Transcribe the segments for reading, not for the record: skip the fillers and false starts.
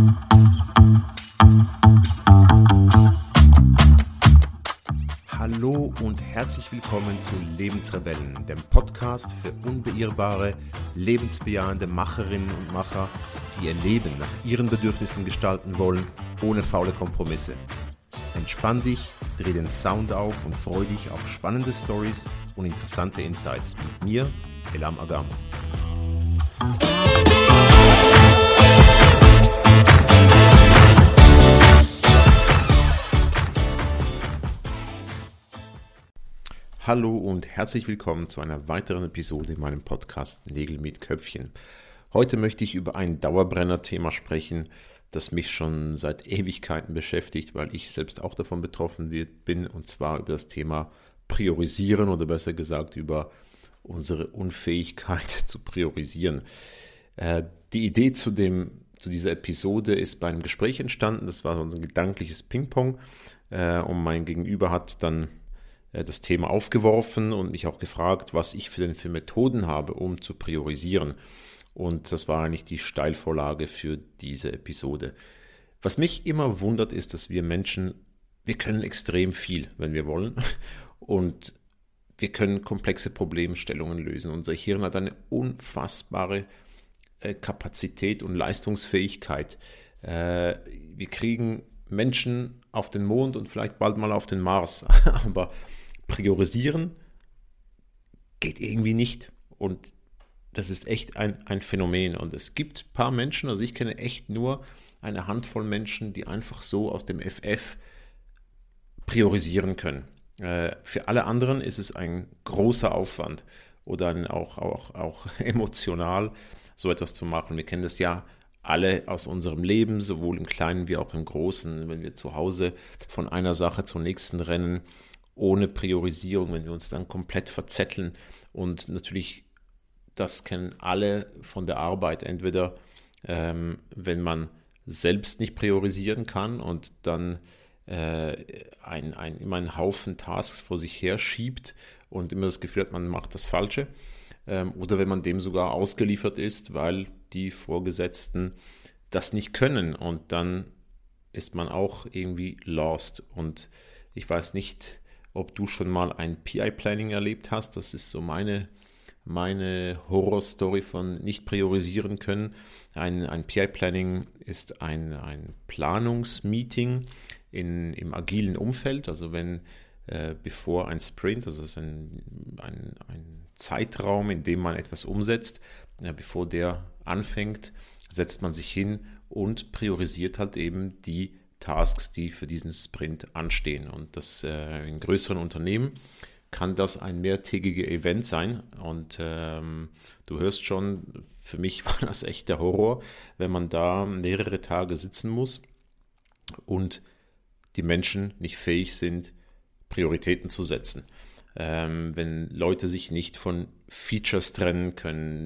Hallo und herzlich willkommen zu Lebensrebellen, dem Podcast für unbeirrbare, lebensbejahende Macherinnen und Macher, die ihr Leben nach ihren Bedürfnissen gestalten wollen, ohne faule Kompromisse. Entspann dich, dreh den Sound auf und freu dich auf spannende Stories und interessante Insights mit mir, Elam Agam. Hallo und herzlich willkommen zu einer weiteren Episode in meinem Podcast Nägel mit Köpfchen. Heute möchte ich über ein Dauerbrenner-Thema sprechen, das mich schon seit Ewigkeiten beschäftigt, weil ich selbst auch davon betroffen bin, und zwar über das Thema Priorisieren oder besser gesagt über unsere Unfähigkeit zu priorisieren. Die Idee zu dieser Episode ist bei einem Gespräch entstanden, das war so ein gedankliches Ping-Pong und mein Gegenüber hat dann das Thema aufgeworfen und mich auch gefragt, was ich für Methoden habe, um zu priorisieren. Und das war eigentlich die Steilvorlage für diese Episode. Was mich immer wundert, ist, dass wir Menschen, wir können extrem viel, wenn wir wollen. Und wir können komplexe Problemstellungen lösen. Unser Hirn hat eine unfassbare Kapazität und Leistungsfähigkeit. Wir kriegen Menschen auf den Mond und vielleicht bald mal auf den Mars. Aber priorisieren geht irgendwie nicht. Und das ist echt ein Phänomen. Und es gibt ein paar Menschen, also ich kenne echt nur eine Handvoll Menschen, die einfach so aus dem FF priorisieren können. Für alle anderen ist es ein großer Aufwand oder auch emotional so etwas zu machen. Wir kennen das ja alle aus unserem Leben, sowohl im Kleinen wie auch im Großen, wenn wir zu Hause von einer Sache zur nächsten rennen, ohne Priorisierung, wenn wir uns dann komplett verzetteln. Und natürlich, das kennen alle von der Arbeit, entweder wenn man selbst nicht priorisieren kann und dann immer einen Haufen Tasks vor sich her schiebt und immer das Gefühl hat, man macht das Falsche, oder wenn man dem sogar ausgeliefert ist, weil die Vorgesetzten das nicht können, und dann ist man auch irgendwie lost. Und ich weiß nicht, ob du schon mal ein PI-Planning erlebt hast. Das ist so meine Horrorstory von nicht priorisieren können. Ein PI-Planning ist ein Planungsmeeting im agilen Umfeld. Also wenn bevor ein Sprint, also das ist ein Zeitraum, in dem man etwas umsetzt, bevor der anfängt, setzt man sich hin und priorisiert halt eben die Tasks, die für diesen Sprint anstehen. Und das in größeren Unternehmen kann das ein mehrtägiger Event sein. Und du hörst schon, für mich war das echt der Horror, wenn man da mehrere Tage sitzen muss und die Menschen nicht fähig sind, Prioritäten zu setzen. Wenn Leute sich nicht von Features trennen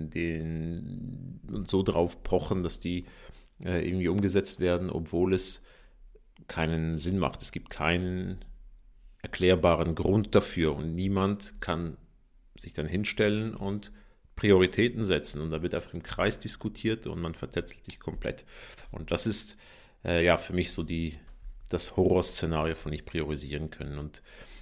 können, und so drauf pochen, dass die irgendwie umgesetzt werden, obwohl es keinen Sinn macht. Es gibt keinen erklärbaren Grund dafür und niemand kann sich dann hinstellen und Prioritäten setzen, und da wird einfach im Kreis diskutiert und man vertätselt sich komplett. Und das ist für mich so das Horrorszenario von nicht priorisieren können. Und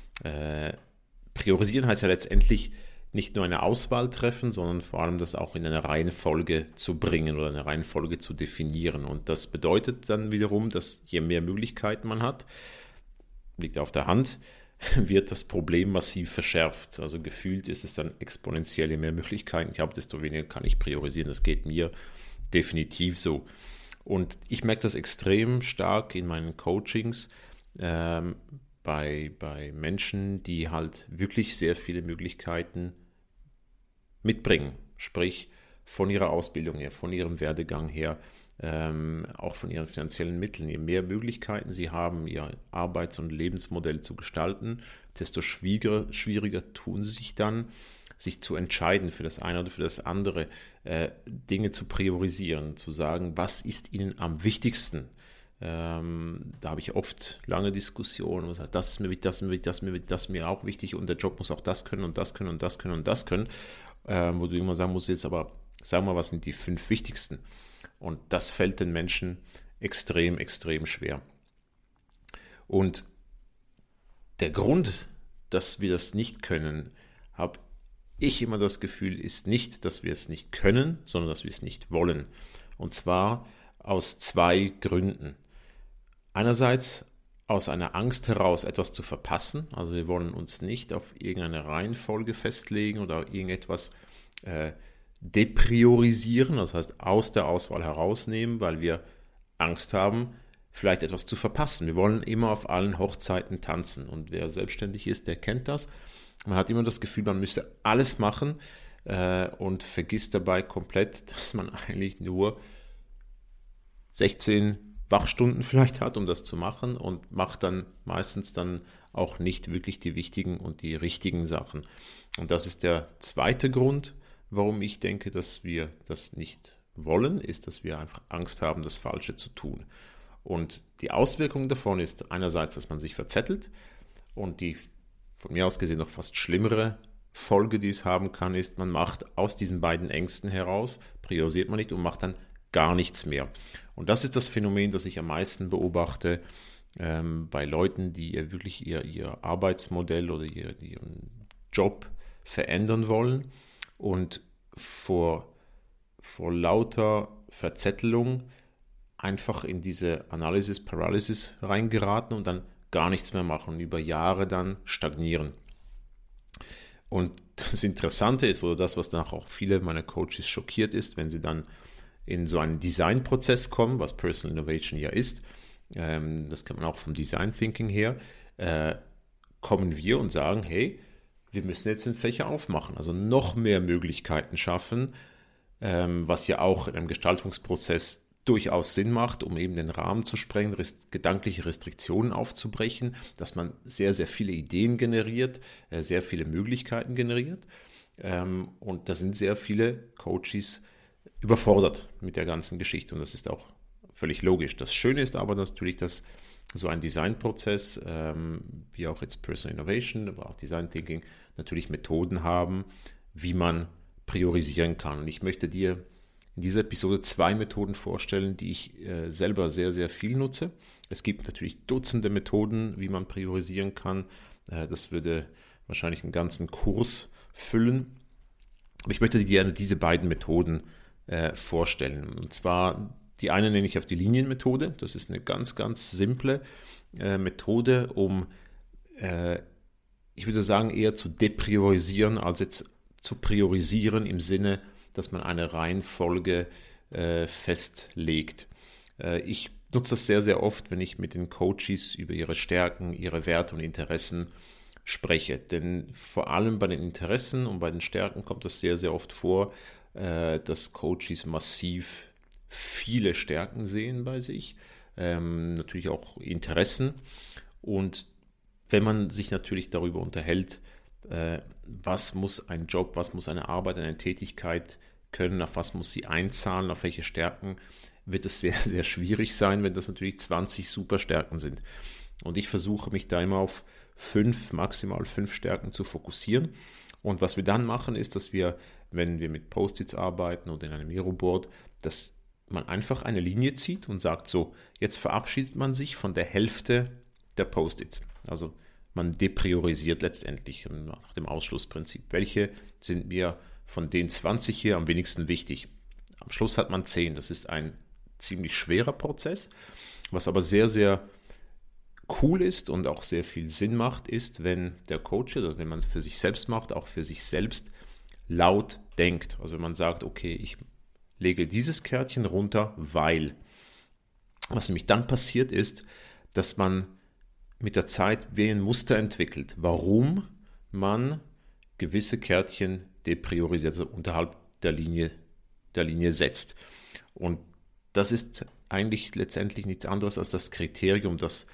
priorisieren heißt ja letztendlich nicht nur eine Auswahl treffen, sondern vor allem das auch in eine Reihenfolge zu bringen oder eine Reihenfolge zu definieren. Und das bedeutet dann wiederum, dass je mehr Möglichkeiten man hat, liegt auf der Hand, wird das Problem massiv verschärft. Also gefühlt ist es dann exponentiell, je mehr Möglichkeiten ich habe, desto weniger kann ich priorisieren. Das geht mir definitiv so. Und ich merke das extrem stark in meinen Coachings, bei Menschen, die halt wirklich sehr viele Möglichkeiten mitbringen, sprich von ihrer Ausbildung her, von ihrem Werdegang her, auch von ihren finanziellen Mitteln. Je mehr Möglichkeiten sie haben, ihr Arbeits- und Lebensmodell zu gestalten, desto schwieriger tun sie sich dann, sich zu entscheiden für das eine oder für das andere, Dinge zu priorisieren, zu sagen, was ist ihnen am wichtigsten. Da habe ich oft lange Diskussionen und sage, das ist mir wichtig, das ist mir auch wichtig, und der Job muss auch das können und das können und das können und das können, wo du immer sagen musst, jetzt aber sag mal, was sind die 5 wichtigsten? Und das fällt den Menschen extrem, extrem schwer. Und der Grund, dass wir das nicht können, habe ich immer das Gefühl, ist nicht, dass wir es nicht können, sondern dass wir es nicht wollen. Und zwar aus zwei Gründen. Einerseits aus einer Angst heraus, etwas zu verpassen. Also wir wollen uns nicht auf irgendeine Reihenfolge festlegen oder irgendetwas depriorisieren, das heißt aus der Auswahl herausnehmen, weil wir Angst haben, vielleicht etwas zu verpassen. Wir wollen immer auf allen Hochzeiten tanzen und wer selbstständig ist, der kennt das. Man hat immer das Gefühl, man müsse alles machen und vergisst dabei komplett, dass man eigentlich nur 16 Wachstunden vielleicht hat, um das zu machen und macht dann meistens dann auch nicht wirklich die wichtigen und die richtigen Sachen. Und das ist der zweite Grund, warum ich denke, dass wir das nicht wollen, ist, dass wir einfach Angst haben, das Falsche zu tun. Und die Auswirkung davon ist einerseits, dass man sich verzettelt und die von mir aus gesehen noch fast schlimmere Folge, die es haben kann, ist, man macht aus diesen beiden Ängsten heraus, priorisiert man nicht und macht dann gar nichts mehr. Und das ist das Phänomen, das ich am meisten beobachte bei Leuten, die wirklich ihr Arbeitsmodell oder ihren Job verändern wollen und vor lauter Verzettelung einfach in diese Analysis Paralysis reingeraten und dann gar nichts mehr machen und über Jahre dann stagnieren. Und das Interessante ist, oder das, was danach auch viele meiner Coaches schockiert ist, wenn sie dann in so einen Designprozess kommen, was Personal Innovation ja ist, das kennt man auch vom Design Thinking her, kommen wir und sagen, hey, wir müssen jetzt den Fächer aufmachen, also noch mehr Möglichkeiten schaffen, was ja auch in einem Gestaltungsprozess durchaus Sinn macht, um eben den Rahmen zu sprengen, gedankliche Restriktionen aufzubrechen, dass man sehr, sehr viele Ideen generiert, sehr viele Möglichkeiten generiert. Und da sind sehr viele Coaches überfordert mit der ganzen Geschichte und das ist auch völlig logisch. Das Schöne ist aber natürlich, dass so ein Designprozess, wie auch jetzt Personal Innovation, aber auch Design Thinking, natürlich Methoden haben, wie man priorisieren kann. Und ich möchte dir in dieser Episode 2 Methoden vorstellen, die ich selber sehr, sehr viel nutze. Es gibt natürlich Dutzende Methoden, wie man priorisieren kann. Das würde wahrscheinlich einen ganzen Kurs füllen. Aber ich möchte dir gerne diese beiden Methoden vorstellen. Und zwar die eine nenne ich auf die Linienmethode. Das ist eine ganz, ganz simple Methode, um, ich würde sagen, eher zu depriorisieren, als jetzt zu priorisieren im Sinne, dass man eine Reihenfolge festlegt. Ich nutze das sehr, sehr oft, wenn ich mit den Coaches über ihre Stärken, ihre Werte und Interessen spreche. Denn vor allem bei den Interessen und bei den Stärken kommt es sehr, sehr oft vor, dass Coaches massiv viele Stärken sehen bei sich, natürlich auch Interessen. Und wenn man sich natürlich darüber unterhält, was muss ein Job, was muss eine Arbeit, eine Tätigkeit können, auf was muss sie einzahlen, auf welche Stärken, wird es sehr, sehr schwierig sein, wenn das natürlich 20 Superstärken sind. Und ich versuche mich da immer auf maximal 5 Stärken zu fokussieren. Und was wir dann machen, ist, dass wir, wenn wir mit Post-its arbeiten oder in einem Miroboard, dass man einfach eine Linie zieht und sagt so, jetzt verabschiedet man sich von der Hälfte der Post-its. Also man depriorisiert letztendlich nach dem Ausschlussprinzip. Welche sind mir von den 20 hier am wenigsten wichtig? Am Schluss hat man 10. Das ist ein ziemlich schwerer Prozess. Was aber sehr, sehr cool ist und auch sehr viel Sinn macht, ist, wenn der Coach oder wenn man es für sich selbst macht, auch für sich selbst laut denkt. Also wenn man sagt, okay, ich lege dieses Kärtchen runter, weil. Was nämlich dann passiert ist, dass man mit der Zeit wie ein Muster entwickelt, warum man gewisse Kärtchen depriorisiert, also unterhalb der Linie setzt. Und das ist eigentlich letztendlich nichts anderes als das Kriterium, das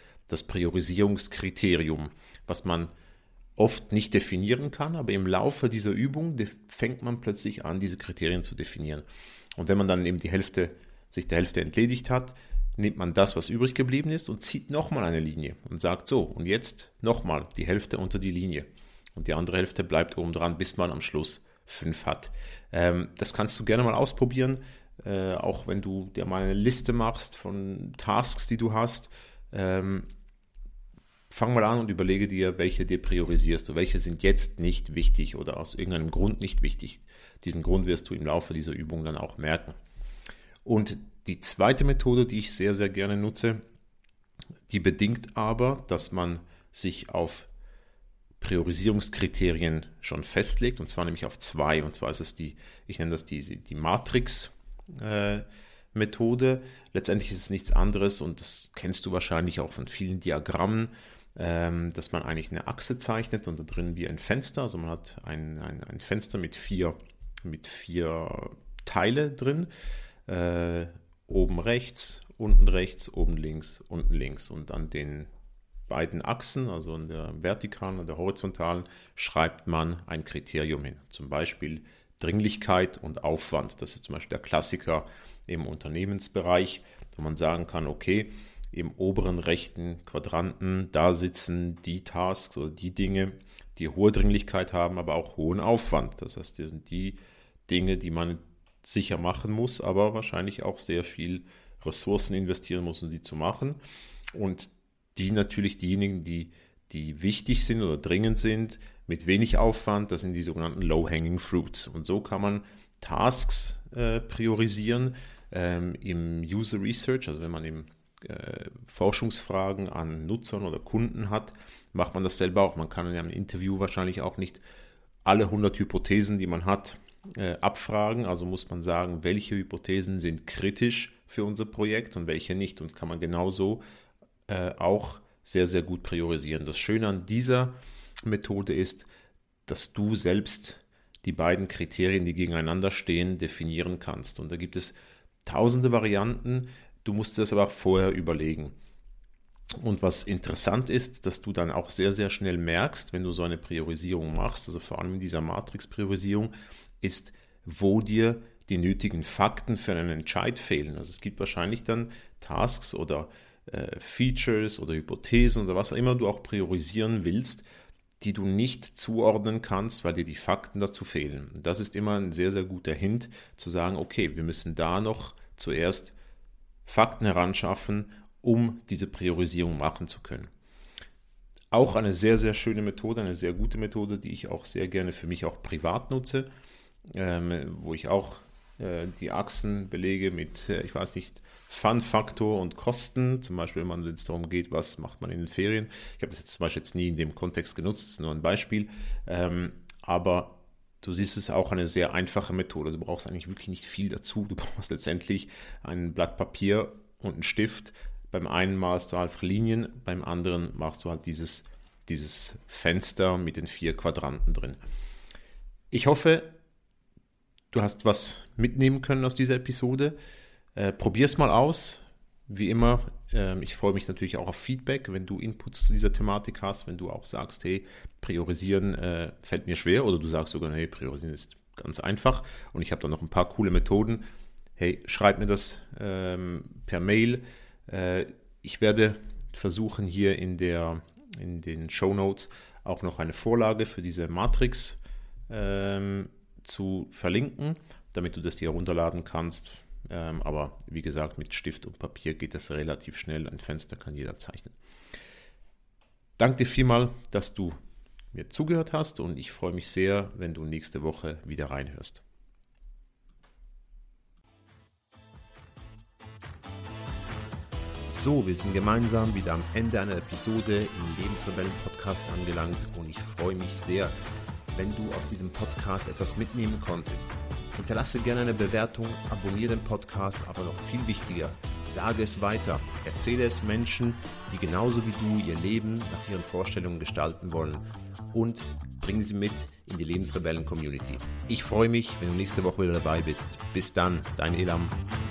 Priorisierungskriterium, was man oft nicht definieren kann, aber im Laufe dieser Übung fängt man plötzlich an, diese Kriterien zu definieren. Und wenn man dann eben sich der Hälfte entledigt hat, nimmt man das, was übrig geblieben ist und zieht nochmal eine Linie und sagt so, und jetzt nochmal die Hälfte unter die Linie. Und die andere Hälfte bleibt oben dran, bis man am Schluss 5 hat. Das kannst du gerne mal ausprobieren. auch wenn du dir mal eine Liste machst von Tasks, die du hast, fang mal an und überlege dir, welche dir priorisierst du, welche sind jetzt nicht wichtig oder aus irgendeinem Grund nicht wichtig. Diesen Grund wirst du im Laufe dieser Übung dann auch merken. Und die zweite Methode, die ich sehr, sehr gerne nutze, die bedingt aber, dass man sich auf Priorisierungskriterien schon festlegt, und zwar nämlich auf 2. Und zwar ist es ich nenne das die Matrix-Methode. Letztendlich ist es nichts anderes, und das kennst du wahrscheinlich auch von vielen Diagrammen, dass man eigentlich eine Achse zeichnet und da drin wie ein Fenster. Also man hat ein Fenster mit vier Teile drin. Oben rechts, oben links, unten links. Und an den beiden Achsen, also an der vertikalen und der horizontalen, schreibt man ein Kriterium hin. Zum Beispiel Dringlichkeit und Aufwand. Das ist zum Beispiel der Klassiker im Unternehmensbereich, wo man sagen kann, okay, im oberen rechten Quadranten, da sitzen die Tasks oder die Dinge, die hohe Dringlichkeit haben, aber auch hohen Aufwand. Das heißt, das sind die Dinge, die man sicher machen muss, aber wahrscheinlich auch sehr viel Ressourcen investieren muss, um sie zu machen. Und die natürlich diejenigen, die wichtig sind oder dringend sind, mit wenig Aufwand, das sind die sogenannten Low-Hanging Fruits. Und so kann man Tasks priorisieren im User Research, also wenn man im Forschungsfragen an Nutzern oder Kunden hat, macht man das selber auch. Man kann in einem Interview wahrscheinlich auch nicht alle 100 Hypothesen, die man hat, abfragen. Also muss man sagen, welche Hypothesen sind kritisch für unser Projekt und welche nicht. Und kann man genauso auch sehr, sehr gut priorisieren. Das Schöne an dieser Methode ist, dass du selbst die beiden Kriterien, die gegeneinander stehen, definieren kannst. Und da gibt es tausende Varianten. Du musst das aber auch vorher überlegen. Und was interessant ist, dass du dann auch sehr, sehr schnell merkst, wenn du so eine Priorisierung machst, also vor allem in dieser Matrix-Priorisierung, ist, wo dir die nötigen Fakten für einen Entscheid fehlen. Also es gibt wahrscheinlich dann Tasks oder Features oder Hypothesen oder was auch immer du auch priorisieren willst, die du nicht zuordnen kannst, weil dir die Fakten dazu fehlen. Das ist immer ein sehr, sehr guter Hint, zu sagen, okay, wir müssen da noch zuerst Fakten heranschaffen, um diese Priorisierung machen zu können. Auch eine sehr, sehr schöne Methode, eine sehr gute Methode, die ich auch sehr gerne für mich auch privat nutze, wo ich auch die Achsen belege mit, ich weiß nicht, Fun-Faktor und Kosten, zum Beispiel, wenn es darum geht, was macht man in den Ferien. Ich habe das jetzt zum Beispiel nie in dem Kontext genutzt, das ist nur ein Beispiel, aber du siehst, es ist auch eine sehr einfache Methode. Du brauchst eigentlich wirklich nicht viel dazu. Du brauchst letztendlich ein Blatt Papier und einen Stift. Beim einen malst du einfach Linien, beim anderen machst du halt dieses Fenster mit den 4 Quadranten drin. Ich hoffe, du hast was mitnehmen können aus dieser Episode. Probier es mal aus. Wie immer, ich freue mich natürlich auch auf Feedback, wenn du Inputs zu dieser Thematik hast, wenn du auch sagst, hey, priorisieren fällt mir schwer, oder du sagst sogar, hey, priorisieren ist ganz einfach und ich habe da noch ein paar coole Methoden. Hey, schreib mir das per Mail. Ich werde versuchen, hier in den Shownotes auch noch eine Vorlage für diese Matrix zu verlinken, damit du das hier herunterladen kannst. Aber wie gesagt, mit Stift und Papier geht das relativ schnell. Ein Fenster kann jeder zeichnen. Danke dir vielmal, dass du mir zugehört hast, und ich freue mich sehr, wenn du nächste Woche wieder reinhörst. So, wir sind gemeinsam wieder am Ende einer Episode im Lebensrebellen-Podcast angelangt, und ich freue mich sehr, wenn du aus diesem Podcast etwas mitnehmen konntest. Hinterlasse gerne eine Bewertung, abonniere den Podcast, aber noch viel wichtiger, sage es weiter. Erzähle es Menschen, die genauso wie du ihr Leben nach ihren Vorstellungen gestalten wollen, und bringe sie mit in die Lebensrebellen-Community. Ich freue mich, wenn du nächste Woche wieder dabei bist. Bis dann, dein Elam.